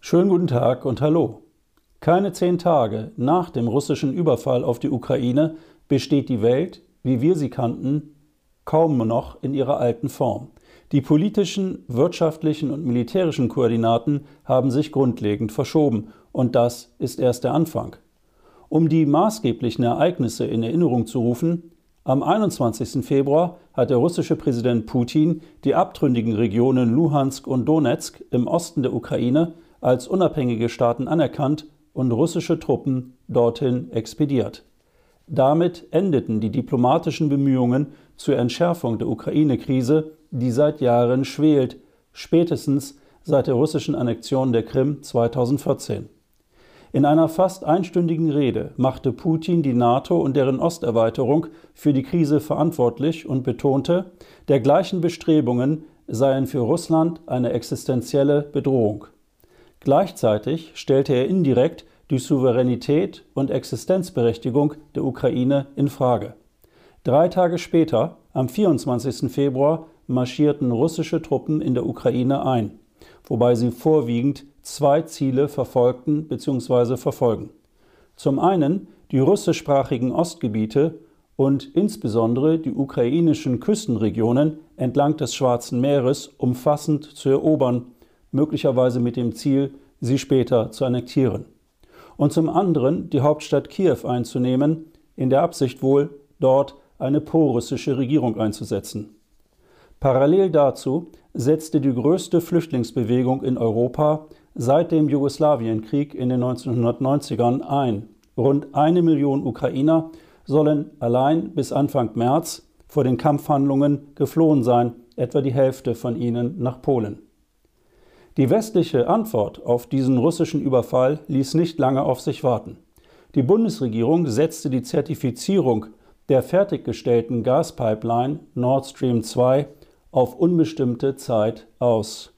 Schönen guten Tag und hallo. Keine 10 Tage nach dem russischen Überfall auf die Ukraine besteht die Welt, wie wir sie kannten, kaum noch in ihrer alten Form. Die politischen, wirtschaftlichen und militärischen Koordinaten haben sich grundlegend verschoben, und das ist erst der Anfang. Um die maßgeblichen Ereignisse in Erinnerung zu rufen: Am 21. Februar hat der russische Präsident Putin die abtrünnigen Regionen Luhansk und Donezk im Osten der Ukraine als unabhängige Staaten anerkannt und russische Truppen dorthin expediert. Damit endeten die diplomatischen Bemühungen zur Entschärfung der Ukraine-Krise, die seit Jahren schwelt, spätestens seit der russischen Annexion der Krim 2014. In einer fast einstündigen Rede machte Putin die NATO und deren Osterweiterung für die Krise verantwortlich und betonte, dergleichen Bestrebungen seien für Russland eine existenzielle Bedrohung. Gleichzeitig stellte er indirekt die Souveränität und Existenzberechtigung der Ukraine in Frage. 3 Tage später, am 24. Februar, marschierten russische Truppen in der Ukraine ein, wobei sie vorwiegend 2 Ziele verfolgten bzw. verfolgen. Zum einen die russischsprachigen Ostgebiete und insbesondere die ukrainischen Küstenregionen entlang des Schwarzen Meeres umfassend zu erobern, möglicherweise mit dem Ziel, sie später zu annektieren. Und zum anderen die Hauptstadt Kiew einzunehmen, in der Absicht wohl, dort eine prorussische Regierung einzusetzen. Parallel dazu setzte die größte Flüchtlingsbewegung in Europa seit dem Jugoslawienkrieg in den 1990ern ein. Rund 1 Million Ukrainer sollen allein bis Anfang März vor den Kampfhandlungen geflohen sein, etwa die Hälfte von ihnen nach Polen. Die westliche Antwort auf diesen russischen Überfall ließ nicht lange auf sich warten. Die Bundesregierung setzte die Zertifizierung der fertiggestellten Gaspipeline Nord Stream 2 auf unbestimmte Zeit aus.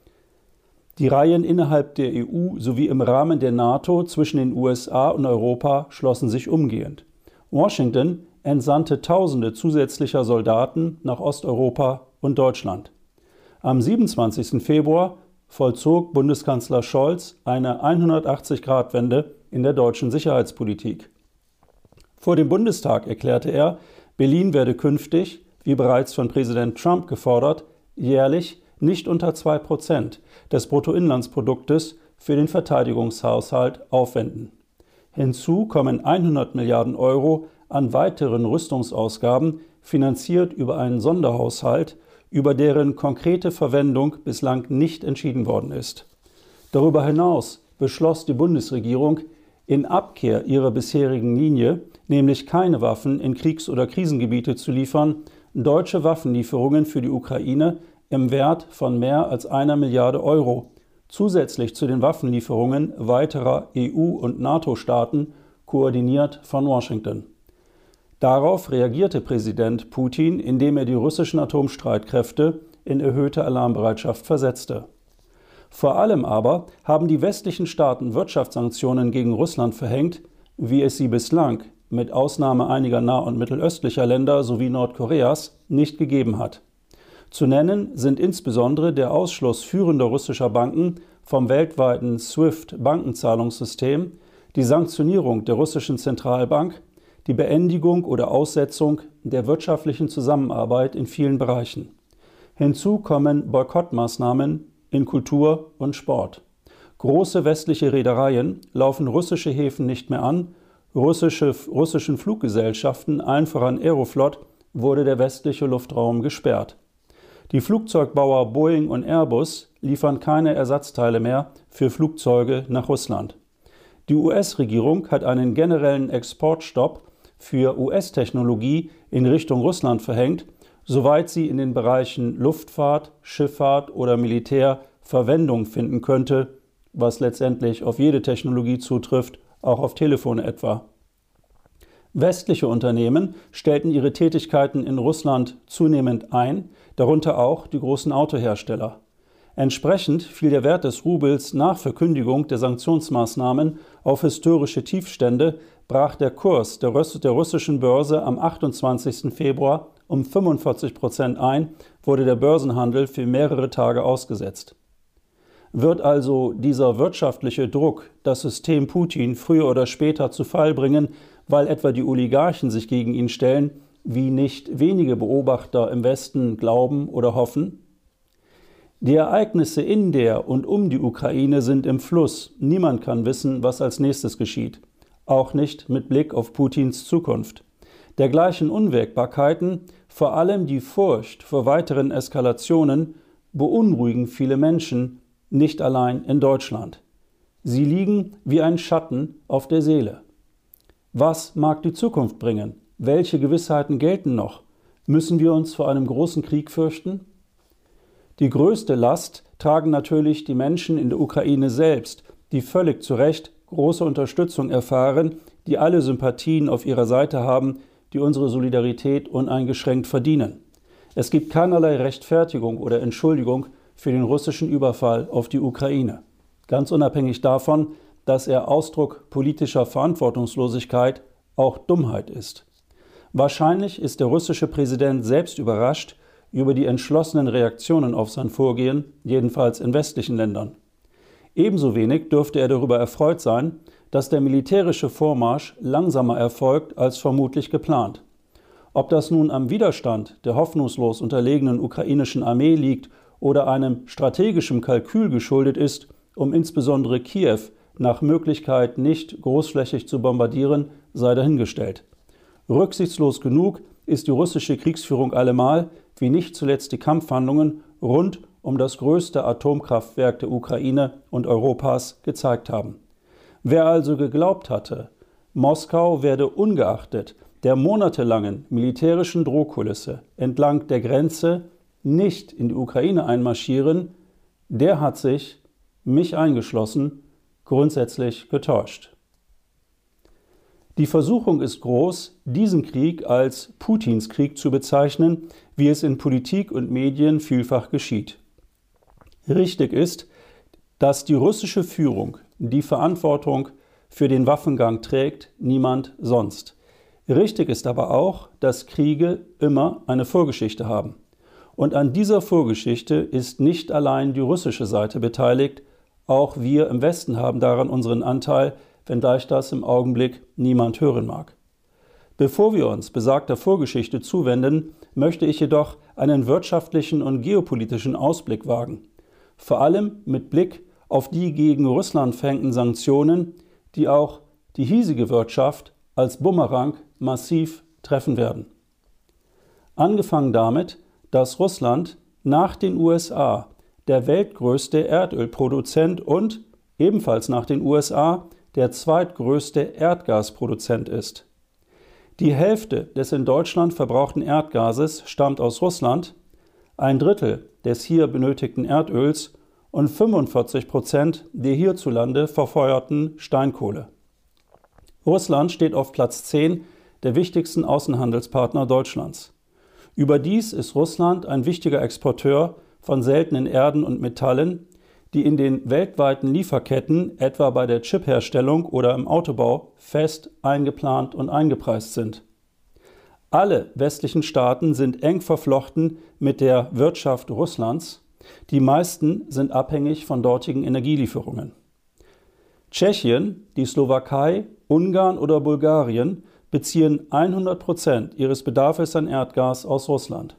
Die Reihen innerhalb der EU sowie im Rahmen der NATO zwischen den USA und Europa schlossen sich umgehend. Washington entsandte Tausende zusätzlicher Soldaten nach Osteuropa und Deutschland. Am 27. Februar vollzog Bundeskanzler Scholz eine 180-Grad-Wende in der deutschen Sicherheitspolitik. Vor dem Bundestag erklärte er, Berlin werde künftig, wie bereits von Präsident Trump gefordert, jährlich nicht unter 2% des Bruttoinlandsproduktes für den Verteidigungshaushalt aufwenden. Hinzu kommen 100 Milliarden Euro an weiteren Rüstungsausgaben, finanziert über einen Sonderhaushalt, über deren konkrete Verwendung bislang nicht entschieden worden ist. Darüber hinaus beschloss die Bundesregierung in Abkehr ihrer bisherigen Linie, nämlich keine Waffen in Kriegs- oder Krisengebiete zu liefern, deutsche Waffenlieferungen für die Ukraine im Wert von mehr als 1 Milliarde Euro, zusätzlich zu den Waffenlieferungen weiterer EU- und NATO-Staaten, koordiniert von Washington. Darauf reagierte Präsident Putin, indem er die russischen Atomstreitkräfte in erhöhte Alarmbereitschaft versetzte. Vor allem aber haben die westlichen Staaten Wirtschaftssanktionen gegen Russland verhängt, wie es sie bislang, mit Ausnahme einiger nah- und mittelöstlicher Länder sowie Nordkoreas, nicht gegeben hat. Zu nennen sind insbesondere der Ausschluss führender russischer Banken vom weltweiten SWIFT-Bankenzahlungssystem, die Sanktionierung der russischen Zentralbank, die Beendigung oder Aussetzung der wirtschaftlichen Zusammenarbeit in vielen Bereichen. Hinzu kommen Boykottmaßnahmen in Kultur und Sport. Große westliche Reedereien laufen russische Häfen nicht mehr an, russischen Fluggesellschaften, allen voran Aeroflot, wurde der westliche Luftraum gesperrt. Die Flugzeugbauer Boeing und Airbus liefern keine Ersatzteile mehr für Flugzeuge nach Russland. Die US-Regierung hat einen generellen Exportstopp für US-Technologie in Richtung Russland verhängt, soweit sie in den Bereichen Luftfahrt, Schifffahrt oder Militär Verwendung finden könnte, was letztendlich auf jede Technologie zutrifft, auch auf Telefone etwa. Westliche Unternehmen stellten ihre Tätigkeiten in Russland zunehmend ein, darunter auch die großen Autohersteller. Entsprechend fiel der Wert des Rubels nach Verkündigung der Sanktionsmaßnahmen auf historische Tiefstände, brach der Kurs der russischen Börse am 28. Februar um 45% ein, wurde der Börsenhandel für mehrere Tage ausgesetzt. Wird also dieser wirtschaftliche Druck das System Putin früher oder später zu Fall bringen, weil etwa die Oligarchen sich gegen ihn stellen, wie nicht wenige Beobachter im Westen glauben oder hoffen? Die Ereignisse in der und um die Ukraine sind im Fluss. Niemand kann wissen, was als nächstes geschieht. Auch nicht mit Blick auf Putins Zukunft. Dergleichen Unwägbarkeiten, vor allem die Furcht vor weiteren Eskalationen, beunruhigen viele Menschen, nicht allein in Deutschland. Sie liegen wie ein Schatten auf der Seele. Was mag die Zukunft bringen? Welche Gewissheiten gelten noch? Müssen wir uns vor einem großen Krieg fürchten? Die größte Last tragen natürlich die Menschen in der Ukraine selbst, die völlig zu Recht große Unterstützung erfahren, die alle Sympathien auf ihrer Seite haben, die unsere Solidarität uneingeschränkt verdienen. Es gibt keinerlei Rechtfertigung oder Entschuldigung für den russischen Überfall auf die Ukraine. Ganz unabhängig davon, dass er Ausdruck politischer Verantwortungslosigkeit, auch Dummheit ist. Wahrscheinlich ist der russische Präsident selbst überrascht über die entschlossenen Reaktionen auf sein Vorgehen, jedenfalls in westlichen Ländern. Ebenso wenig dürfte er darüber erfreut sein, dass der militärische Vormarsch langsamer erfolgt als vermutlich geplant. Ob das nun am Widerstand der hoffnungslos unterlegenen ukrainischen Armee liegt oder einem strategischen Kalkül geschuldet ist, um insbesondere Kiew nach Möglichkeit nicht großflächig zu bombardieren, sei dahingestellt. Rücksichtslos genug ist die russische Kriegsführung allemal, wie nicht zuletzt die Kampfhandlungen rund um das größte Atomkraftwerk der Ukraine und Europas gezeigt haben. Wer also geglaubt hatte, Moskau werde ungeachtet der monatelangen militärischen Drohkulisse entlang der Grenze nicht in die Ukraine einmarschieren, der hat sich, mich eingeschlossen, grundsätzlich getäuscht. Die Versuchung ist groß, diesen Krieg als Putins Krieg zu bezeichnen, wie es in Politik und Medien vielfach geschieht. Richtig ist, dass die russische Führung die Verantwortung für den Waffengang trägt, niemand sonst. Richtig ist aber auch, dass Kriege immer eine Vorgeschichte haben. Und an dieser Vorgeschichte ist nicht allein die russische Seite beteiligt, auch wir im Westen haben daran unseren Anteil, wenngleich das im Augenblick niemand hören mag. Bevor wir uns besagter Vorgeschichte zuwenden, möchte ich jedoch einen wirtschaftlichen und geopolitischen Ausblick wagen. Vor allem mit Blick auf die gegen Russland verhängten Sanktionen, die auch die hiesige Wirtschaft als Bumerang massiv treffen werden. Angefangen damit, dass Russland nach den USA der weltgrößte Erdölproduzent und ebenfalls nach den USA der zweitgrößte Erdgasproduzent ist. Die Hälfte des in Deutschland verbrauchten Erdgases stammt aus Russland, ein Drittel des hier benötigten Erdöls und 45% der hierzulande verfeuerten Steinkohle. Russland steht auf Platz 10 der wichtigsten Außenhandelspartner Deutschlands. Überdies ist Russland ein wichtiger Exporteur von seltenen Erden und Metallen, die in den weltweiten Lieferketten, etwa bei der Chipherstellung oder im Autobau, fest eingeplant und eingepreist sind. Alle westlichen Staaten sind eng verflochten mit der Wirtschaft Russlands. Die meisten sind abhängig von dortigen Energielieferungen. Tschechien, die Slowakei, Ungarn oder Bulgarien beziehen 100% ihres Bedarfs an Erdgas aus Russland.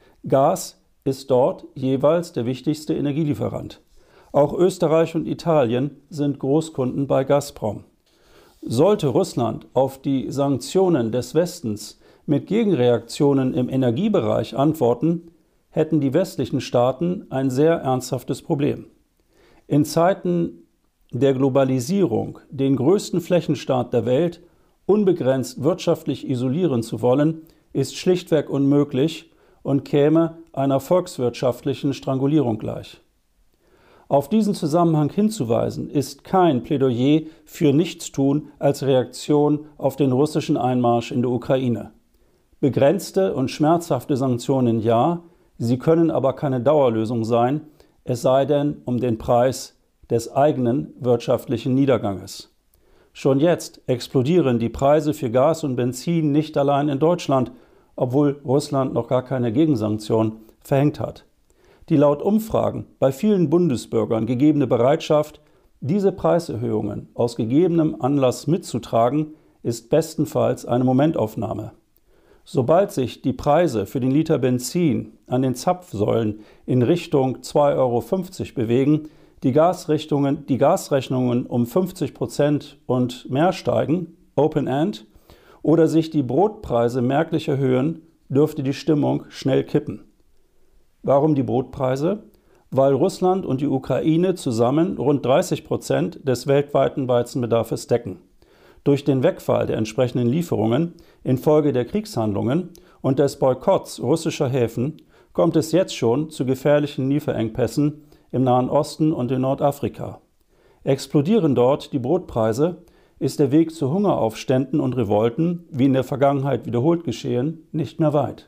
Gas ist dort jeweils der wichtigste Energielieferant. Auch Österreich und Italien sind Großkunden bei Gazprom. Sollte Russland auf die Sanktionen des Westens mit Gegenreaktionen im Energiebereich antworten, hätten die westlichen Staaten ein sehr ernsthaftes Problem. In Zeiten der Globalisierung den größten Flächenstaat der Welt unbegrenzt wirtschaftlich isolieren zu wollen, ist schlichtweg unmöglich und käme einer volkswirtschaftlichen Strangulierung gleich. Auf diesen Zusammenhang hinzuweisen, ist kein Plädoyer für Nichtstun als Reaktion auf den russischen Einmarsch in der Ukraine. Begrenzte und schmerzhafte Sanktionen ja, sie können aber keine Dauerlösung sein, es sei denn um den Preis des eigenen wirtschaftlichen Niederganges. Schon jetzt explodieren die Preise für Gas und Benzin nicht allein in Deutschland, obwohl Russland noch gar keine Gegensanktion verhängt hat. Die laut Umfragen bei vielen Bundesbürgern gegebene Bereitschaft, diese Preiserhöhungen aus gegebenem Anlass mitzutragen, ist bestenfalls eine Momentaufnahme. Sobald sich die Preise für den Liter Benzin an den Zapfsäulen in Richtung 2,50 € bewegen, die Gasrechnungen um 50% und mehr steigen, Open End, oder sich die Brotpreise merklich erhöhen, dürfte die Stimmung schnell kippen. Warum die Brotpreise? Weil Russland und die Ukraine zusammen rund 30% des weltweiten Weizenbedarfs decken. Durch den Wegfall der entsprechenden Lieferungen infolge der Kriegshandlungen und des Boykotts russischer Häfen kommt es jetzt schon zu gefährlichen Lieferengpässen im Nahen Osten und in Nordafrika. Explodieren dort die Brotpreise, ist der Weg zu Hungeraufständen und Revolten, wie in der Vergangenheit wiederholt geschehen, nicht mehr weit.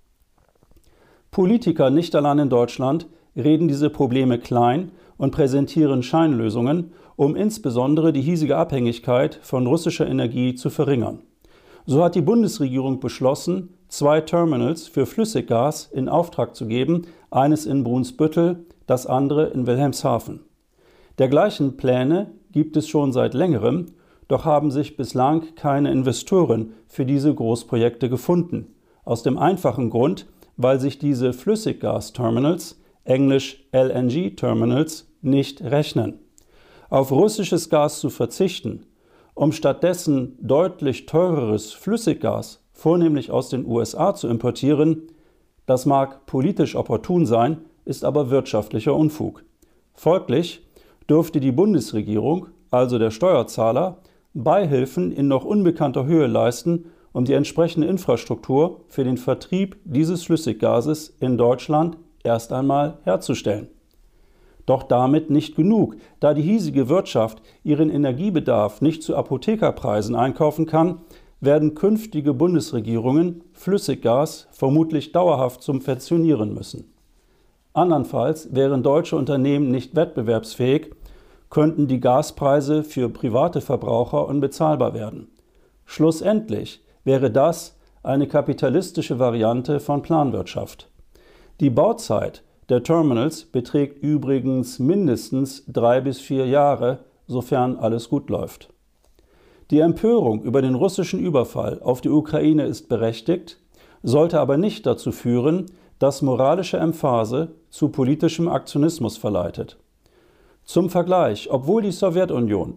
Politiker nicht allein in Deutschland reden diese Probleme klein und präsentieren Scheinlösungen, um insbesondere die hiesige Abhängigkeit von russischer Energie zu verringern. So hat die Bundesregierung beschlossen, 2 Terminals für Flüssiggas in Auftrag zu geben, eines in Brunsbüttel, das andere in Wilhelmshaven. Dergleichen Pläne gibt es schon seit längerem, doch haben sich bislang keine Investoren für diese Großprojekte gefunden. Aus dem einfachen Grund, weil sich diese Flüssiggas-Terminals, englisch LNG-Terminals, nicht rechnen. Auf russisches Gas zu verzichten, um stattdessen deutlich teureres Flüssiggas, vornehmlich aus den USA, zu importieren, das mag politisch opportun sein, ist aber wirtschaftlicher Unfug. Folglich dürfte die Bundesregierung, also der Steuerzahler, Beihilfen in noch unbekannter Höhe leisten, um die entsprechende Infrastruktur für den Vertrieb dieses Flüssiggases in Deutschland erst einmal herzustellen. Doch damit nicht genug, da die hiesige Wirtschaft ihren Energiebedarf nicht zu Apothekerpreisen einkaufen kann, werden künftige Bundesregierungen Flüssiggas vermutlich dauerhaft subventionieren müssen. Andernfalls wären deutsche Unternehmen nicht wettbewerbsfähig, könnten die Gaspreise für private Verbraucher unbezahlbar werden. Schlussendlich wäre das eine kapitalistische Variante von Planwirtschaft. Die Bauzeit der Terminals beträgt übrigens mindestens 3 bis 4 Jahre, sofern alles gut läuft. Die Empörung über den russischen Überfall auf die Ukraine ist berechtigt, sollte aber nicht dazu führen, dass moralische Emphase zu politischem Aktionismus verleitet. Zum Vergleich, obwohl die Sowjetunion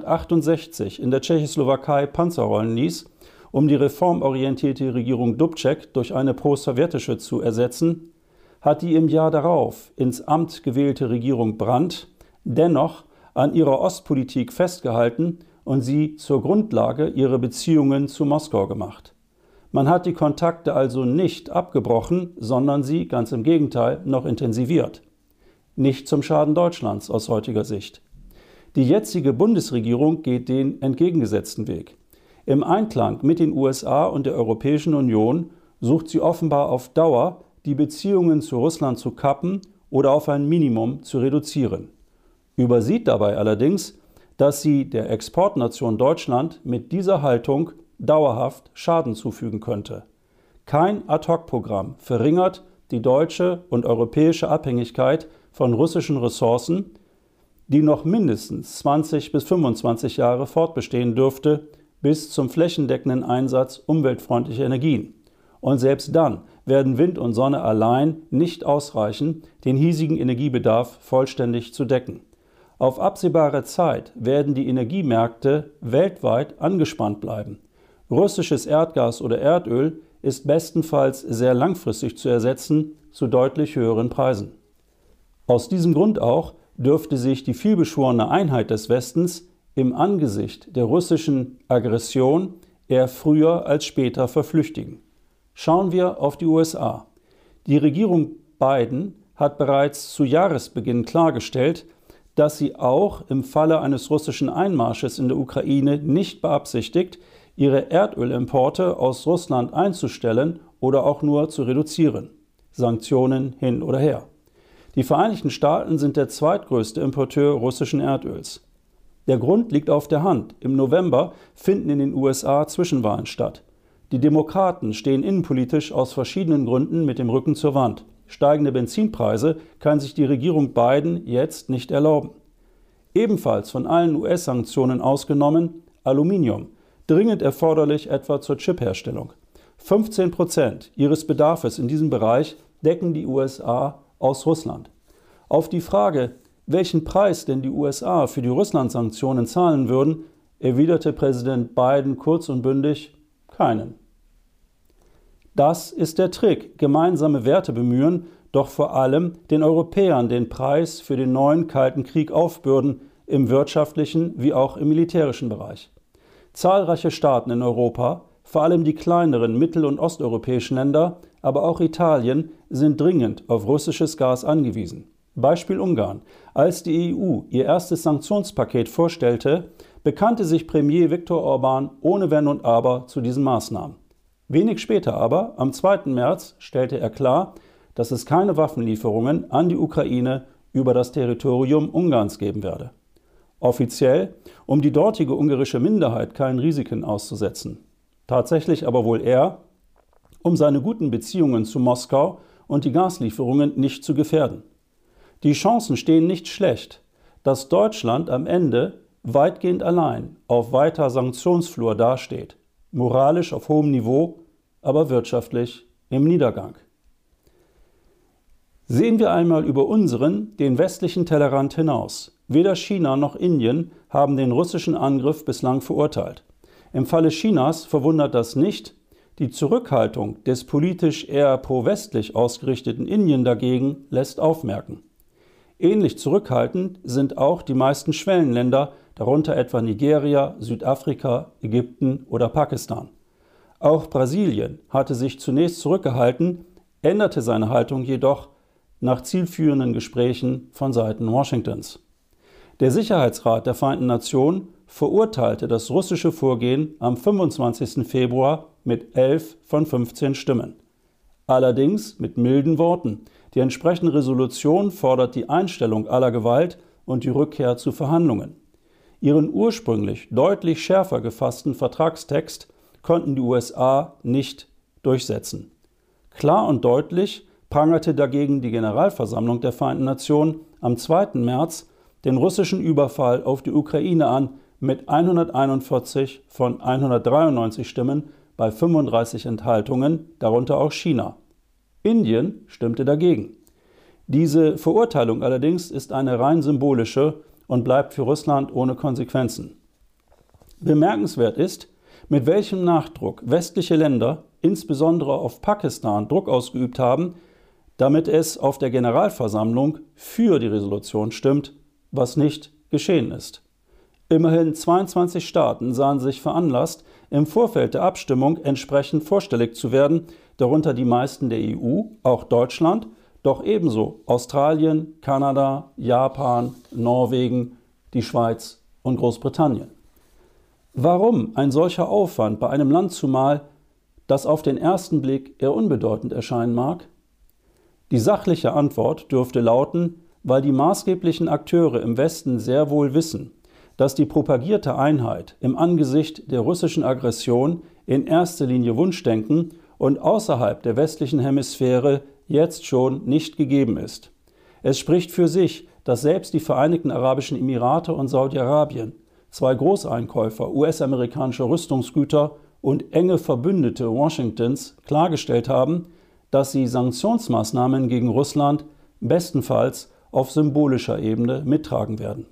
1968 in der Tschechoslowakei Panzer rollen ließ, um die reformorientierte Regierung Dubček durch eine pro-sowjetische zu ersetzen, hat die im Jahr darauf ins Amt gewählte Regierung Brandt dennoch an ihrer Ostpolitik festgehalten und sie zur Grundlage ihrer Beziehungen zu Moskau gemacht. Man hat die Kontakte also nicht abgebrochen, sondern sie, ganz im Gegenteil, noch intensiviert. Nicht zum Schaden Deutschlands aus heutiger Sicht. Die jetzige Bundesregierung geht den entgegengesetzten Weg. Im Einklang mit den USA und der Europäischen Union sucht sie offenbar auf Dauer, die Beziehungen zu Russland zu kappen oder auf ein Minimum zu reduzieren. Übersieht dabei allerdings, dass sie der Exportnation Deutschland mit dieser Haltung dauerhaft Schaden zufügen könnte. Kein Ad-hoc-Programm verringert die deutsche und europäische Abhängigkeit von russischen Ressourcen, die noch mindestens 20 bis 25 Jahre fortbestehen dürfte, bis zum flächendeckenden Einsatz umweltfreundlicher Energien. Und selbst dann werden Wind und Sonne allein nicht ausreichen, den hiesigen Energiebedarf vollständig zu decken. Auf absehbare Zeit werden die Energiemärkte weltweit angespannt bleiben. Russisches Erdgas oder Erdöl ist bestenfalls sehr langfristig zu ersetzen, zu deutlich höheren Preisen. Aus diesem Grund auch dürfte sich die vielbeschworene Einheit des Westens im Angesicht der russischen Aggression eher früher als später verflüchtigen. Schauen wir auf die USA. Die Regierung Biden hat bereits zu Jahresbeginn klargestellt, dass sie auch im Falle eines russischen Einmarsches in der Ukraine nicht beabsichtigt, ihre Erdölimporte aus Russland einzustellen oder auch nur zu reduzieren. Sanktionen hin oder her. Die Vereinigten Staaten sind der zweitgrößte Importeur russischen Erdöls. Der Grund liegt auf der Hand. Im November finden in den USA Zwischenwahlen statt. Die Demokraten stehen innenpolitisch aus verschiedenen Gründen mit dem Rücken zur Wand. steigende Benzinpreise kann sich die Regierung Biden jetzt nicht erlauben. Ebenfalls von allen US-Sanktionen ausgenommen Aluminium, dringend erforderlich etwa zur Chipherstellung. 15% ihres Bedarfs in diesem Bereich decken die USA aus Russland. Auf die Frage, welchen Preis denn die USA für die Russland-Sanktionen zahlen würden, erwiderte Präsident Biden kurz und bündig: keinen. Das ist der Trick, gemeinsame Werte bemühen, doch vor allem den Europäern den Preis für den neuen Kalten Krieg aufbürden, im wirtschaftlichen wie auch im militärischen Bereich. Zahlreiche Staaten in Europa, vor allem die kleineren mittel- und osteuropäischen Länder, aber auch Italien, sind dringend auf russisches Gas angewiesen. Beispiel Ungarn. Als die EU ihr erstes Sanktionspaket vorstellte, bekannte sich Premier Viktor Orbán ohne Wenn und Aber zu diesen Maßnahmen. Wenig später aber, am 2. März, stellte er klar, dass es keine Waffenlieferungen an die Ukraine über das Territorium Ungarns geben werde. Offiziell, um die dortige ungarische Minderheit keinen Risiken auszusetzen. Tatsächlich aber wohl eher, um seine guten Beziehungen zu Moskau und die Gaslieferungen nicht zu gefährden. Die Chancen stehen nicht schlecht, dass Deutschland am Ende weitgehend allein auf weiter Sanktionsflur dasteht, moralisch auf hohem Niveau, aber wirtschaftlich im Niedergang. Sehen wir einmal über unseren, den westlichen Tellerrand hinaus. Weder China noch Indien haben den russischen Angriff bislang verurteilt. Im Falle Chinas verwundert das nicht, die Zurückhaltung des politisch eher pro-westlich ausgerichteten Indien dagegen lässt aufmerken. Ähnlich zurückhaltend sind auch die meisten Schwellenländer, darunter etwa Nigeria, Südafrika, Ägypten oder Pakistan. Auch Brasilien hatte sich zunächst zurückgehalten, änderte seine Haltung jedoch nach zielführenden Gesprächen von Seiten Washingtons. Der Sicherheitsrat der Vereinten Nationen verurteilte das russische Vorgehen am 25. Februar mit 11 von 15 Stimmen. Allerdings mit milden Worten. Die entsprechende Resolution fordert die Einstellung aller Gewalt und die Rückkehr zu Verhandlungen. Ihren ursprünglich deutlich schärfer gefassten Vertragstext konnten die USA nicht durchsetzen. Klar und deutlich prangerte dagegen die Generalversammlung der Vereinten Nationen am 2. März den russischen Überfall auf die Ukraine an mit 141 von 193 Stimmen bei 35 Enthaltungen, darunter auch China. Indien stimmte dagegen. Diese Verurteilung allerdings ist eine rein symbolische und bleibt für Russland ohne Konsequenzen. Bemerkenswert ist, mit welchem Nachdruck westliche Länder, insbesondere auf Pakistan, Druck ausgeübt haben, damit es auf der Generalversammlung für die Resolution stimmt, was nicht geschehen ist. Immerhin 22 Staaten sahen sich veranlasst, im Vorfeld der Abstimmung entsprechend vorstellig zu werden, darunter die meisten der EU, auch Deutschland, doch ebenso Australien, Kanada, Japan, Norwegen, die Schweiz und Großbritannien. Warum ein solcher Aufwand bei einem Land zumal, das auf den ersten Blick eher unbedeutend erscheinen mag? Die sachliche Antwort dürfte lauten, weil die maßgeblichen Akteure im Westen sehr wohl wissen, dass die propagierte Einheit im Angesicht der russischen Aggression in erster Linie Wunschdenken und außerhalb der westlichen Hemisphäre jetzt schon nicht gegeben ist. Es spricht für sich, dass selbst die Vereinigten Arabischen Emirate und Saudi-Arabien, zwei Großeinkäufer US-amerikanischer Rüstungsgüter und enge Verbündete Washingtons, klargestellt haben, dass sie Sanktionsmaßnahmen gegen Russland bestenfalls auf symbolischer Ebene mittragen werden.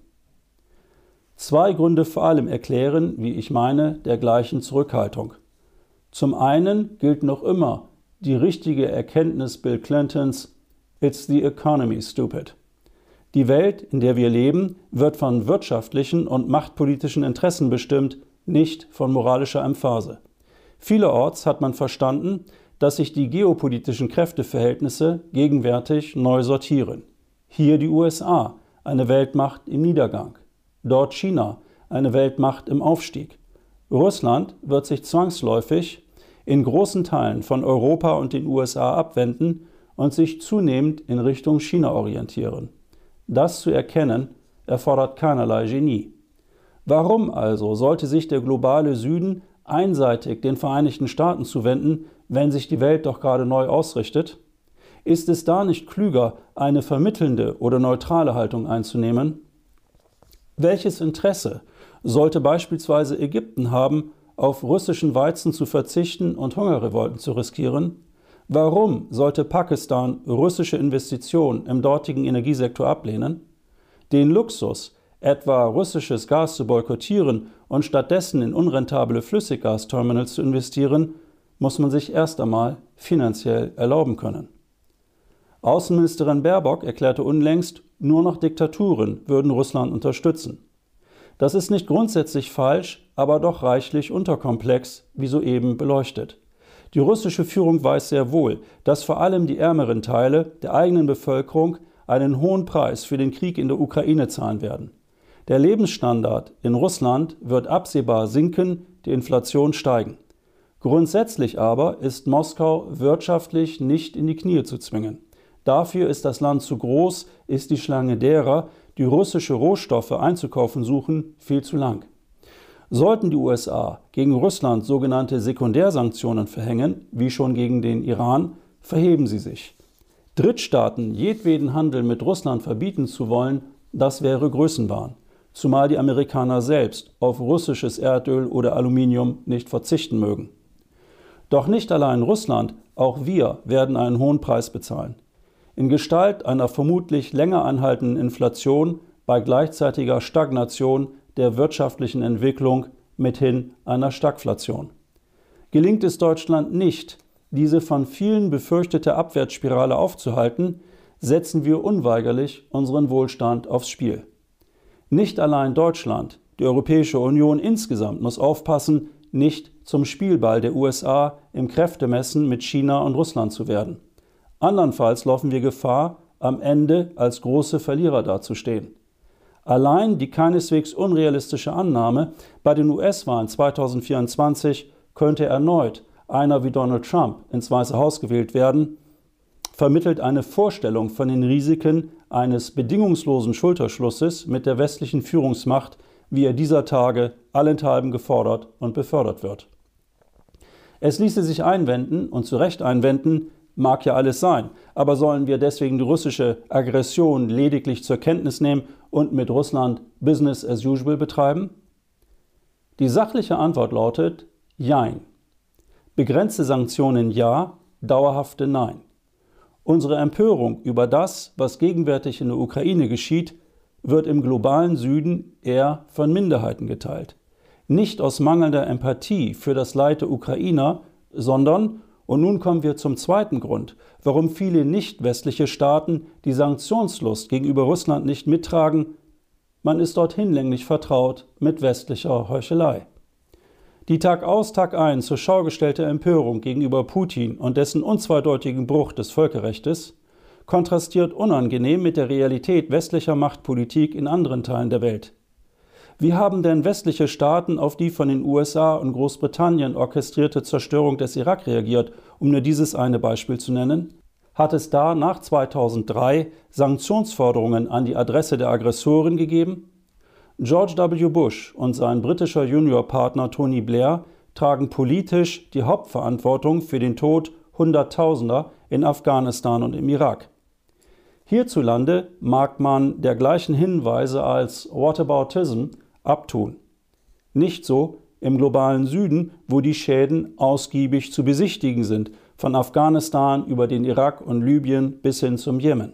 Zwei Gründe vor allem erklären, wie ich meine, der gleichen Zurückhaltung. Zum einen gilt noch immer die richtige Erkenntnis Bill Clintons: It's the economy, stupid. Die Welt, in der wir leben, wird von wirtschaftlichen und machtpolitischen Interessen bestimmt, nicht von moralischer Emphase. Vielerorts hat man verstanden, dass sich die geopolitischen Kräfteverhältnisse gegenwärtig neu sortieren. Hier die USA, eine Weltmacht im Niedergang. Dort China, eine Weltmacht im Aufstieg. Russland wird sich zwangsläufig in großen Teilen von Europa und den USA abwenden und sich zunehmend in Richtung China orientieren. Das zu erkennen, erfordert keinerlei Genie. Warum also sollte sich der globale Süden einseitig den Vereinigten Staaten zuwenden, wenn sich die Welt doch gerade neu ausrichtet? Ist es da nicht klüger, eine vermittelnde oder neutrale Haltung einzunehmen? Welches Interesse sollte beispielsweise Ägypten haben, auf russischen Weizen zu verzichten und Hungerrevolten zu riskieren? Warum sollte Pakistan russische Investitionen im dortigen Energiesektor ablehnen? Den Luxus, etwa russisches Gas zu boykottieren und stattdessen in unrentable Flüssiggasterminals zu investieren, muss man sich erst einmal finanziell erlauben können. Außenministerin Baerbock erklärte unlängst, nur noch Diktaturen würden Russland unterstützen. Das ist nicht grundsätzlich falsch, aber doch reichlich unterkomplex, wie soeben beleuchtet. Die russische Führung weiß sehr wohl, dass vor allem die ärmeren Teile der eigenen Bevölkerung einen hohen Preis für den Krieg in der Ukraine zahlen werden. Der Lebensstandard in Russland wird absehbar sinken, die Inflation steigen. Grundsätzlich aber ist Moskau wirtschaftlich nicht in die Knie zu zwingen. Dafür ist das Land zu groß, ist die Schlange derer, die russische Rohstoffe einzukaufen suchen, viel zu lang. Sollten die USA gegen Russland sogenannte Sekundärsanktionen verhängen, wie schon gegen den Iran, verheben sie sich. Drittstaaten jedweden Handel mit Russland verbieten zu wollen, das wäre Größenwahn, zumal die Amerikaner selbst auf russisches Erdöl oder Aluminium nicht verzichten mögen. Doch nicht allein Russland, auch wir werden einen hohen Preis bezahlen. In Gestalt einer vermutlich länger anhaltenden Inflation bei gleichzeitiger Stagnation der wirtschaftlichen Entwicklung mithin einer Stagflation. Gelingt es Deutschland nicht, diese von vielen befürchtete Abwärtsspirale aufzuhalten, setzen wir unweigerlich unseren Wohlstand aufs Spiel. Nicht allein Deutschland, die Europäische Union insgesamt muss aufpassen, nicht zum Spielball der USA im Kräftemessen mit China und Russland zu werden. Andernfalls laufen wir Gefahr, am Ende als große Verlierer dazustehen. Allein die keineswegs unrealistische Annahme, bei den US-Wahlen 2024 könnte erneut einer wie Donald Trump ins Weiße Haus gewählt werden, vermittelt eine Vorstellung von den Risiken eines bedingungslosen Schulterschlusses mit der westlichen Führungsmacht, wie er dieser Tage allenthalben gefordert und befördert wird. Es ließe sich einwenden, und zu Recht einwenden, mag ja alles sein, aber sollen wir deswegen die russische Aggression lediglich zur Kenntnis nehmen und mit Russland Business as usual betreiben? Die sachliche Antwort lautet Jein. Begrenzte Sanktionen ja, dauerhafte Nein. Unsere Empörung über das, was gegenwärtig in der Ukraine geschieht, wird im globalen Süden eher von Minderheiten geteilt. Nicht aus mangelnder Empathie für das Leid der Ukrainer, sondern, und nun kommen wir zum zweiten Grund, warum viele nicht-westliche Staaten die Sanktionslust gegenüber Russland nicht mittragen: Man ist dort hinlänglich vertraut mit westlicher Heuchelei. Die Tag aus, Tag ein zur Schau gestellte Empörung gegenüber Putin und dessen unzweideutigen Bruch des Völkerrechtes kontrastiert unangenehm mit der Realität westlicher Machtpolitik in anderen Teilen der Welt. Wie haben denn westliche Staaten auf die von den USA und Großbritannien orchestrierte Zerstörung des Irak reagiert, um nur dieses eine Beispiel zu nennen? Hat es da nach 2003 Sanktionsforderungen an die Adresse der Aggressoren gegeben? George W. Bush und sein britischer Juniorpartner Tony Blair tragen politisch die Hauptverantwortung für den Tod Hunderttausender in Afghanistan und im Irak. Hierzulande mag man dergleichen Hinweise als Whataboutism abtun. Nicht so im globalen Süden, wo die Schäden ausgiebig zu besichtigen sind, von Afghanistan über den Irak und Libyen bis hin zum Jemen.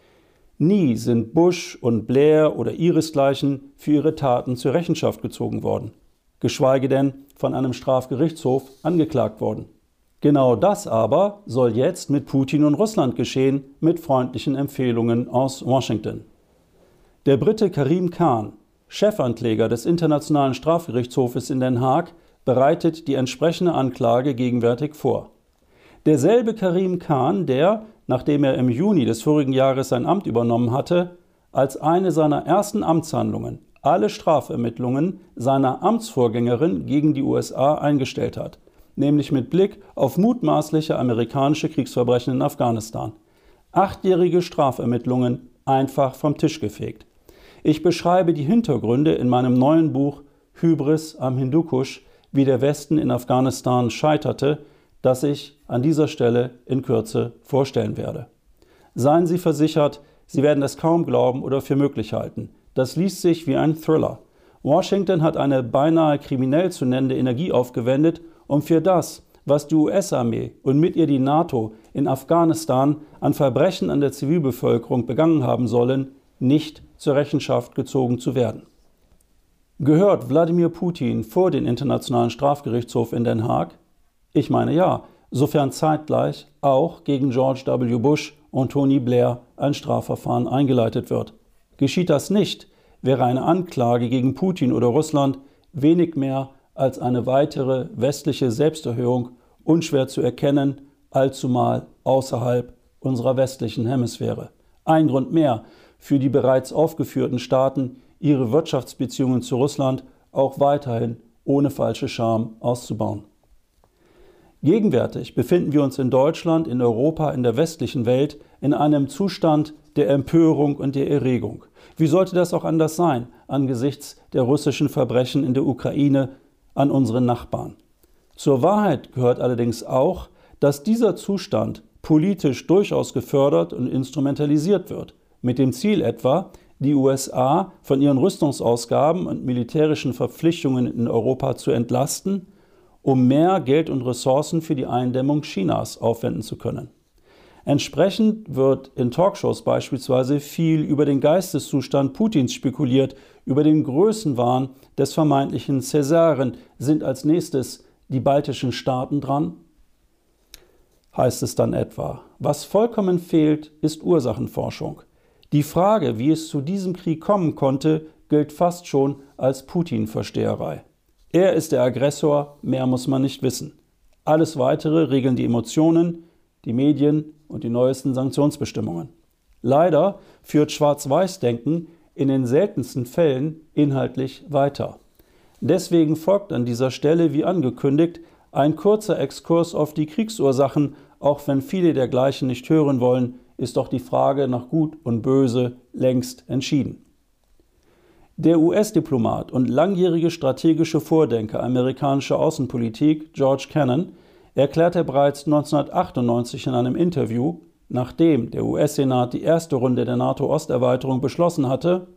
Nie sind Bush und Blair oder ihresgleichen für ihre Taten zur Rechenschaft gezogen worden, geschweige denn von einem Strafgerichtshof angeklagt worden. Genau das aber soll jetzt mit Putin und Russland geschehen, mit freundlichen Empfehlungen aus Washington. Der Brite Karim Khan, Chefankläger des Internationalen Strafgerichtshofes in Den Haag, bereitet die entsprechende Anklage gegenwärtig vor. Derselbe Karim Khan, der, nachdem er im Juni des vorigen Jahres sein Amt übernommen hatte, als eine seiner ersten Amtshandlungen alle Strafermittlungen seiner Amtsvorgängerin gegen die USA eingestellt hat, nämlich mit Blick auf mutmaßliche amerikanische Kriegsverbrechen in Afghanistan. 8-jährige Strafermittlungen einfach vom Tisch gefegt. Ich beschreibe die Hintergründe in meinem neuen Buch Hybris am Hindukusch, wie der Westen in Afghanistan scheiterte, das ich an dieser Stelle in Kürze vorstellen werde. Seien Sie versichert, Sie werden es kaum glauben oder für möglich halten. Das liest sich wie ein Thriller. Washington hat eine beinahe kriminell zu nennende Energie aufgewendet, um für das, was die US-Armee und mit ihr die NATO in Afghanistan an Verbrechen an der Zivilbevölkerung begangen haben sollen, nicht zur Rechenschaft gezogen zu werden. Gehört Wladimir Putin vor den Internationalen Strafgerichtshof in Den Haag? Ich meine ja, sofern zeitgleich auch gegen George W. Bush und Tony Blair ein Strafverfahren eingeleitet wird. Geschieht das nicht, wäre eine Anklage gegen Putin oder Russland wenig mehr als eine weitere westliche Selbsterhöhung, unschwer zu erkennen, allzumal außerhalb unserer westlichen Hemisphäre. Ein Grund mehr für die bereits aufgeführten Staaten, ihre Wirtschaftsbeziehungen zu Russland auch weiterhin ohne falsche Scham auszubauen. Gegenwärtig befinden wir uns in Deutschland, in Europa, in der westlichen Welt in einem Zustand der Empörung und der Erregung. Wie sollte das auch anders sein angesichts der russischen Verbrechen in der Ukraine an unseren Nachbarn? Zur Wahrheit gehört allerdings auch, dass dieser Zustand politisch durchaus gefördert und instrumentalisiert wird, mit dem Ziel etwa, die USA von ihren Rüstungsausgaben und militärischen Verpflichtungen in Europa zu entlasten, um mehr Geld und Ressourcen für die Eindämmung Chinas aufwenden zu können. Entsprechend wird in Talkshows beispielsweise viel über den Geisteszustand Putins spekuliert, über den Größenwahn des vermeintlichen Cäsaren. Sind als nächstes die baltischen Staaten dran? Heißt es dann etwa. Was vollkommen fehlt, ist Ursachenforschung. Die Frage, wie es zu diesem Krieg kommen konnte, gilt fast schon als Putin-Versteherei. Er ist der Aggressor, mehr muss man nicht wissen. Alles Weitere regeln die Emotionen, die Medien und die neuesten Sanktionsbestimmungen. Leider führt Schwarz-Weiß-Denken in den seltensten Fällen inhaltlich weiter. Deswegen folgt an dieser Stelle, wie angekündigt, ein kurzer Exkurs auf die Kriegsursachen, auch wenn viele dergleichen nicht hören wollen, ist doch die Frage nach Gut und Böse längst entschieden. Der US-Diplomat und langjährige strategische Vordenker amerikanischer Außenpolitik George Kennan erklärte bereits 1998 in einem Interview, nachdem der US-Senat die erste Runde der NATO-Osterweiterung beschlossen hatte: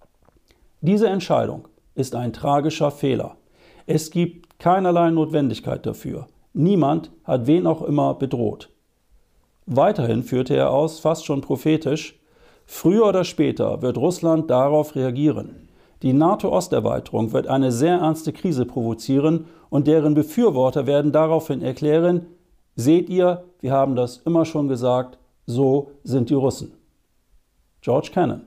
Diese Entscheidung ist ein tragischer Fehler. Es gibt keinerlei Notwendigkeit dafür. Niemand hat wen auch immer bedroht. Weiterhin führte er aus, fast schon prophetisch: Früher oder später wird Russland darauf reagieren. Die NATO-Osterweiterung wird eine sehr ernste Krise provozieren und deren Befürworter werden daraufhin erklären: Seht ihr, wir haben das immer schon gesagt, so sind die Russen. George Kennan,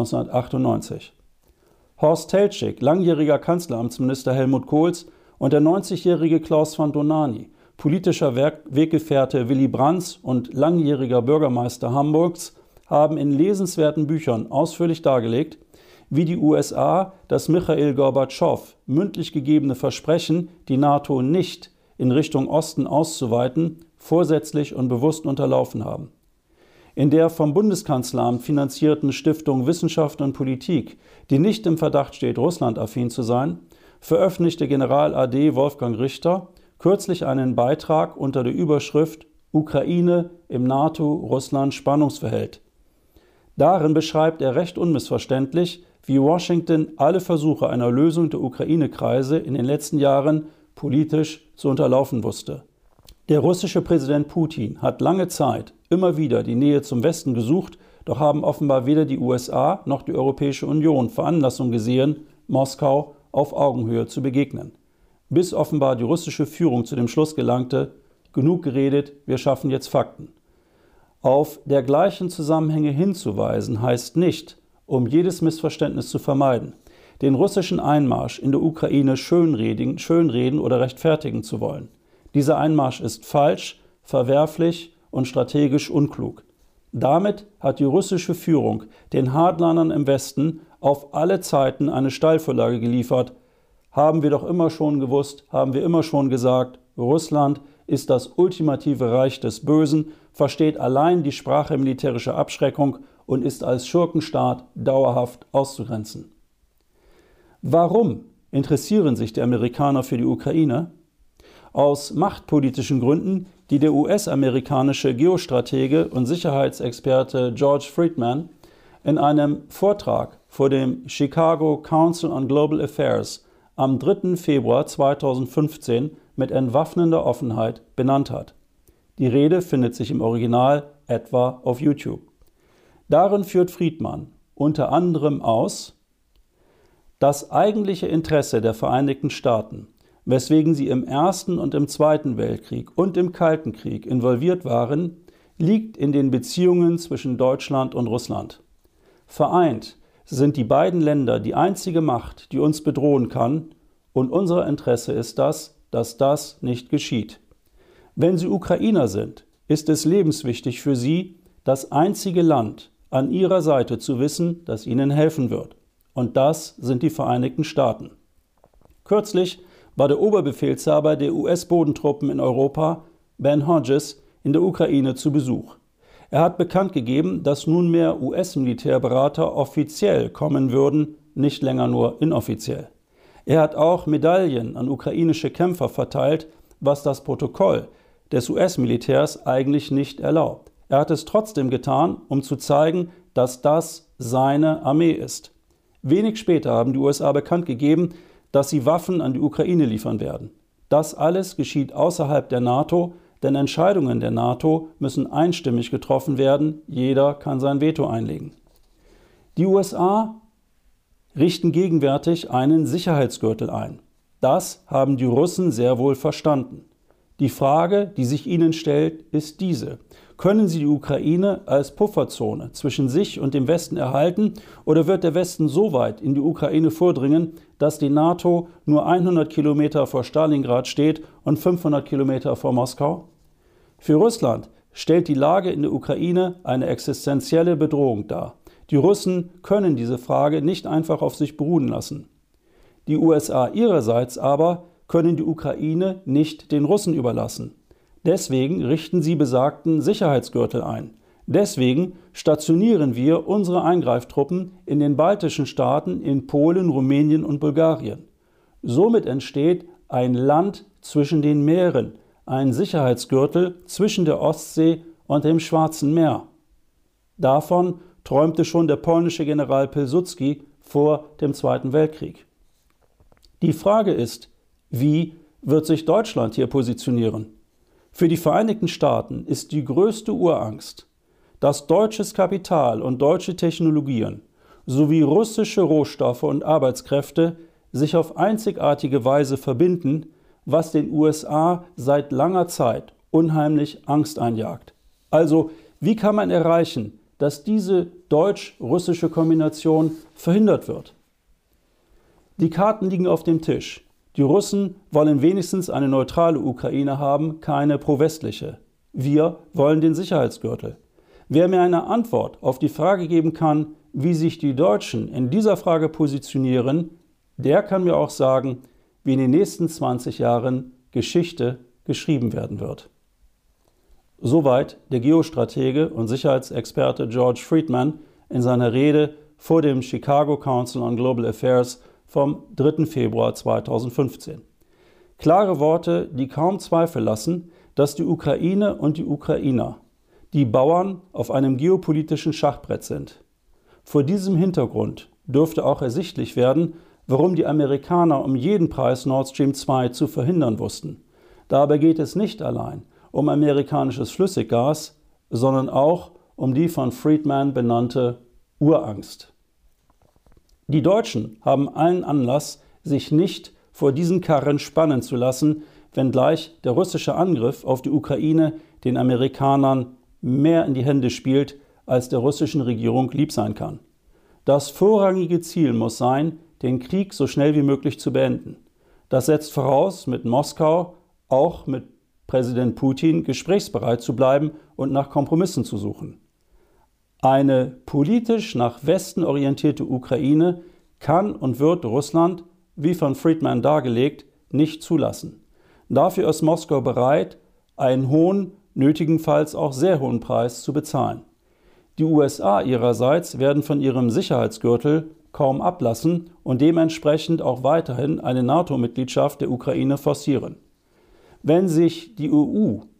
1998. Horst Teltschik, langjähriger Kanzleramtsminister Helmut Kohls, und der 90-jährige Klaus van Donani, politischer Weggefährte Willy Brandts und langjähriger Bürgermeister Hamburgs, haben in lesenswerten Büchern ausführlich dargelegt, wie die USA das Michail Gorbatschow mündlich gegebene Versprechen, die NATO nicht in Richtung Osten auszuweiten, vorsätzlich und bewusst unterlaufen haben. In der vom Bundeskanzleramt finanzierten Stiftung Wissenschaft und Politik, die nicht im Verdacht steht, russlandaffin zu sein, veröffentlichte General AD Wolfgang Richter kürzlich einen Beitrag unter der Überschrift Ukraine im NATO-Russland-Spannungsverhältnis. Darin beschreibt er recht unmissverständlich, wie Washington alle Versuche einer Lösung der Ukraine-Krise in den letzten Jahren politisch zu unterlaufen wusste. Der russische Präsident Putin hat lange Zeit immer wieder die Nähe zum Westen gesucht, doch haben offenbar weder die USA noch die Europäische Union Veranlassung gesehen, Moskau auf Augenhöhe zu begegnen. Bis offenbar die russische Führung zu dem Schluss gelangte: Genug geredet, wir schaffen jetzt Fakten. Auf dergleichen Zusammenhänge hinzuweisen heißt nicht, um jedes Missverständnis zu vermeiden, den russischen Einmarsch in der Ukraine schönreden oder rechtfertigen zu wollen. Dieser Einmarsch ist falsch, verwerflich und strategisch unklug. Damit hat die russische Führung den Hardlinern im Westen auf alle Zeiten eine Steilvorlage geliefert. Haben wir doch immer schon gewusst, haben wir immer schon gesagt, Russland ist das ultimative Reich des Bösen, versteht allein die Sprache militärischer Abschreckung und ist als Schurkenstaat dauerhaft auszugrenzen. Warum interessieren sich die Amerikaner für die Ukraine? Aus machtpolitischen Gründen, die der US-amerikanische Geostratege und Sicherheitsexperte George Friedman in einem Vortrag vor dem Chicago Council on Global Affairs am 3. Februar 2015 mit entwaffnender Offenheit benannt hat. Die Rede findet sich im Original etwa auf YouTube. Darin führt Friedman unter anderem aus: Das eigentliche Interesse der Vereinigten Staaten, weswegen sie im Ersten und im Zweiten Weltkrieg und im Kalten Krieg involviert waren, liegt in den Beziehungen zwischen Deutschland und Russland. Vereint sind die beiden Länder die einzige Macht, die uns bedrohen kann, und unser Interesse ist das, dass das nicht geschieht. Wenn Sie Ukrainer sind, ist es lebenswichtig für Sie, das einzige Land an Ihrer Seite zu wissen, das Ihnen helfen wird. Und das sind die Vereinigten Staaten. Kürzlich war der Oberbefehlshaber der US-Bodentruppen in Europa, Ben Hodges, in der Ukraine zu Besuch. Er hat bekannt gegeben, dass nunmehr US-Militärberater offiziell kommen würden, nicht länger nur inoffiziell. Er hat auch Medaillen an ukrainische Kämpfer verteilt, was das Protokoll des US-Militärs eigentlich nicht erlaubt. Er hat es trotzdem getan, um zu zeigen, dass das seine Armee ist. Wenig später haben die USA bekannt gegeben, dass sie Waffen an die Ukraine liefern werden. Das alles geschieht außerhalb der NATO, denn Entscheidungen der NATO müssen einstimmig getroffen werden, jeder kann sein Veto einlegen. Die USA richten gegenwärtig einen Sicherheitsgürtel ein. Das haben die Russen sehr wohl verstanden. Die Frage, die sich ihnen stellt, ist diese: Können sie die Ukraine als Pufferzone zwischen sich und dem Westen erhalten, oder wird der Westen so weit in die Ukraine vordringen, dass die NATO nur 100 Kilometer vor Stalingrad steht und 500 Kilometer vor Moskau? Für Russland stellt die Lage in der Ukraine eine existenzielle Bedrohung dar. Die Russen können diese Frage nicht einfach auf sich beruhen lassen. Die USA ihrerseits aber können die Ukraine nicht den Russen überlassen. Deswegen richten sie besagten Sicherheitsgürtel ein. Deswegen stationieren wir unsere Eingreiftruppen in den baltischen Staaten, in Polen, Rumänien und Bulgarien. Somit entsteht ein Land zwischen den Meeren, ein Sicherheitsgürtel zwischen der Ostsee und dem Schwarzen Meer. Davon träumte schon der polnische General Pilsudski vor dem Zweiten Weltkrieg. Die Frage ist, wie wird sich Deutschland hier positionieren? Für die Vereinigten Staaten ist die größte Urangst, dass deutsches Kapital und deutsche Technologien sowie russische Rohstoffe und Arbeitskräfte sich auf einzigartige Weise verbinden, was den USA seit langer Zeit unheimlich Angst einjagt. Also, wie kann man erreichen, dass diese deutsch-russische Kombination verhindert wird? Die Karten liegen auf dem Tisch. Die Russen wollen wenigstens eine neutrale Ukraine haben, keine pro-westliche. Wir wollen den Sicherheitsgürtel. Wer mir eine Antwort auf die Frage geben kann, wie sich die Deutschen in dieser Frage positionieren, der kann mir auch sagen, wie in den nächsten 20 Jahren Geschichte geschrieben werden wird. Soweit der Geostratege und Sicherheitsexperte George Friedman in seiner Rede vor dem Chicago Council on Global Affairs vom 3. Februar 2015. Klare Worte, die kaum Zweifel lassen, dass die Ukraine und die Ukrainer die Bauern auf einem geopolitischen Schachbrett sind. Vor diesem Hintergrund dürfte auch ersichtlich werden, warum die Amerikaner um jeden Preis Nord Stream 2 zu verhindern wussten. Dabei geht es nicht allein um amerikanisches Flüssiggas, sondern auch um die von Friedman benannte Urangst. Die Deutschen haben allen Anlass, sich nicht vor diesen Karren spannen zu lassen, wenngleich der russische Angriff auf die Ukraine den Amerikanern mehr in die Hände spielt, als der russischen Regierung lieb sein kann. Das vorrangige Ziel muss sein, den Krieg so schnell wie möglich zu beenden. Das setzt voraus, mit Moskau, auch mit Präsident Putin, gesprächsbereit zu bleiben und nach Kompromissen zu suchen. Eine politisch nach Westen orientierte Ukraine kann und wird Russland, wie von Friedman dargelegt, nicht zulassen. Dafür ist Moskau bereit, einen hohen, nötigenfalls auch sehr hohen Preis zu bezahlen. Die USA ihrerseits werden von ihrem Sicherheitsgürtel kaum ablassen und dementsprechend auch weiterhin eine NATO-Mitgliedschaft der Ukraine forcieren. Wenn sich die EU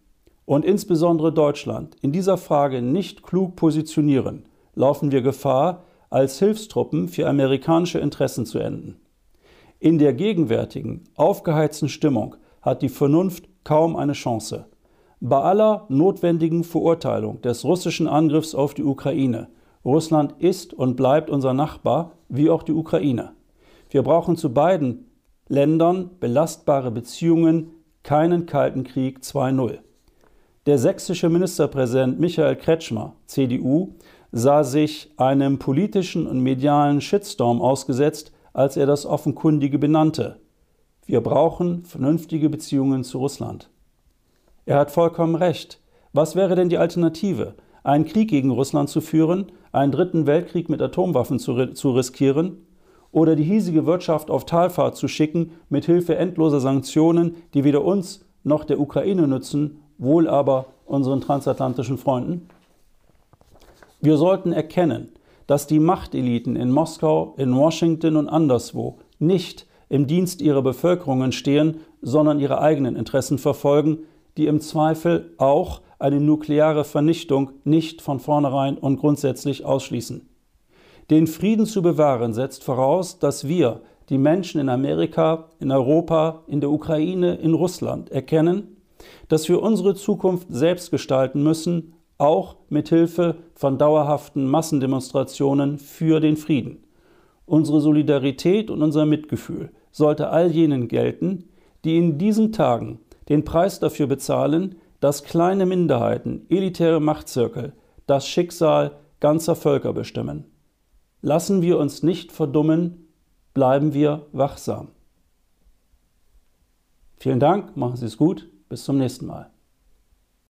und insbesondere Deutschland in dieser Frage nicht klug positionieren, laufen wir Gefahr, als Hilfstruppen für amerikanische Interessen zu enden. In der gegenwärtigen, aufgeheizten Stimmung hat die Vernunft kaum eine Chance. Bei aller notwendigen Verurteilung des russischen Angriffs auf die Ukraine, Russland ist und bleibt unser Nachbar, wie auch die Ukraine. Wir brauchen zu beiden Ländern belastbare Beziehungen, keinen Kalten Krieg 2.0. Der sächsische Ministerpräsident Michael Kretschmer, CDU, sah sich einem politischen und medialen Shitstorm ausgesetzt, als er das Offenkundige benannte. Wir brauchen vernünftige Beziehungen zu Russland. Er hat vollkommen recht. Was wäre denn die Alternative? Einen Krieg gegen Russland zu führen, einen dritten Weltkrieg mit Atomwaffen zu riskieren oder die hiesige Wirtschaft auf Talfahrt zu schicken mit Hilfe endloser Sanktionen, die weder uns noch der Ukraine nützen, wohl aber unseren transatlantischen Freunden? Wir sollten erkennen, dass die Machteliten in Moskau, in Washington und anderswo nicht im Dienst ihrer Bevölkerungen stehen, sondern ihre eigenen Interessen verfolgen, die im Zweifel auch eine nukleare Vernichtung nicht von vornherein und grundsätzlich ausschließen. Den Frieden zu bewahren setzt voraus, dass wir, die Menschen in Amerika, in Europa, in der Ukraine, in Russland, erkennen, dass wir unsere Zukunft selbst gestalten müssen, auch mit Hilfe von dauerhaften Massendemonstrationen für den Frieden. Unsere Solidarität und unser Mitgefühl sollte all jenen gelten, die in diesen Tagen den Preis dafür bezahlen, dass kleine Minderheiten, elitäre Machtzirkel das Schicksal ganzer Völker bestimmen. Lassen wir uns nicht verdummen, bleiben wir wachsam. Vielen Dank, machen Sie es gut, bis zum nächsten Mal.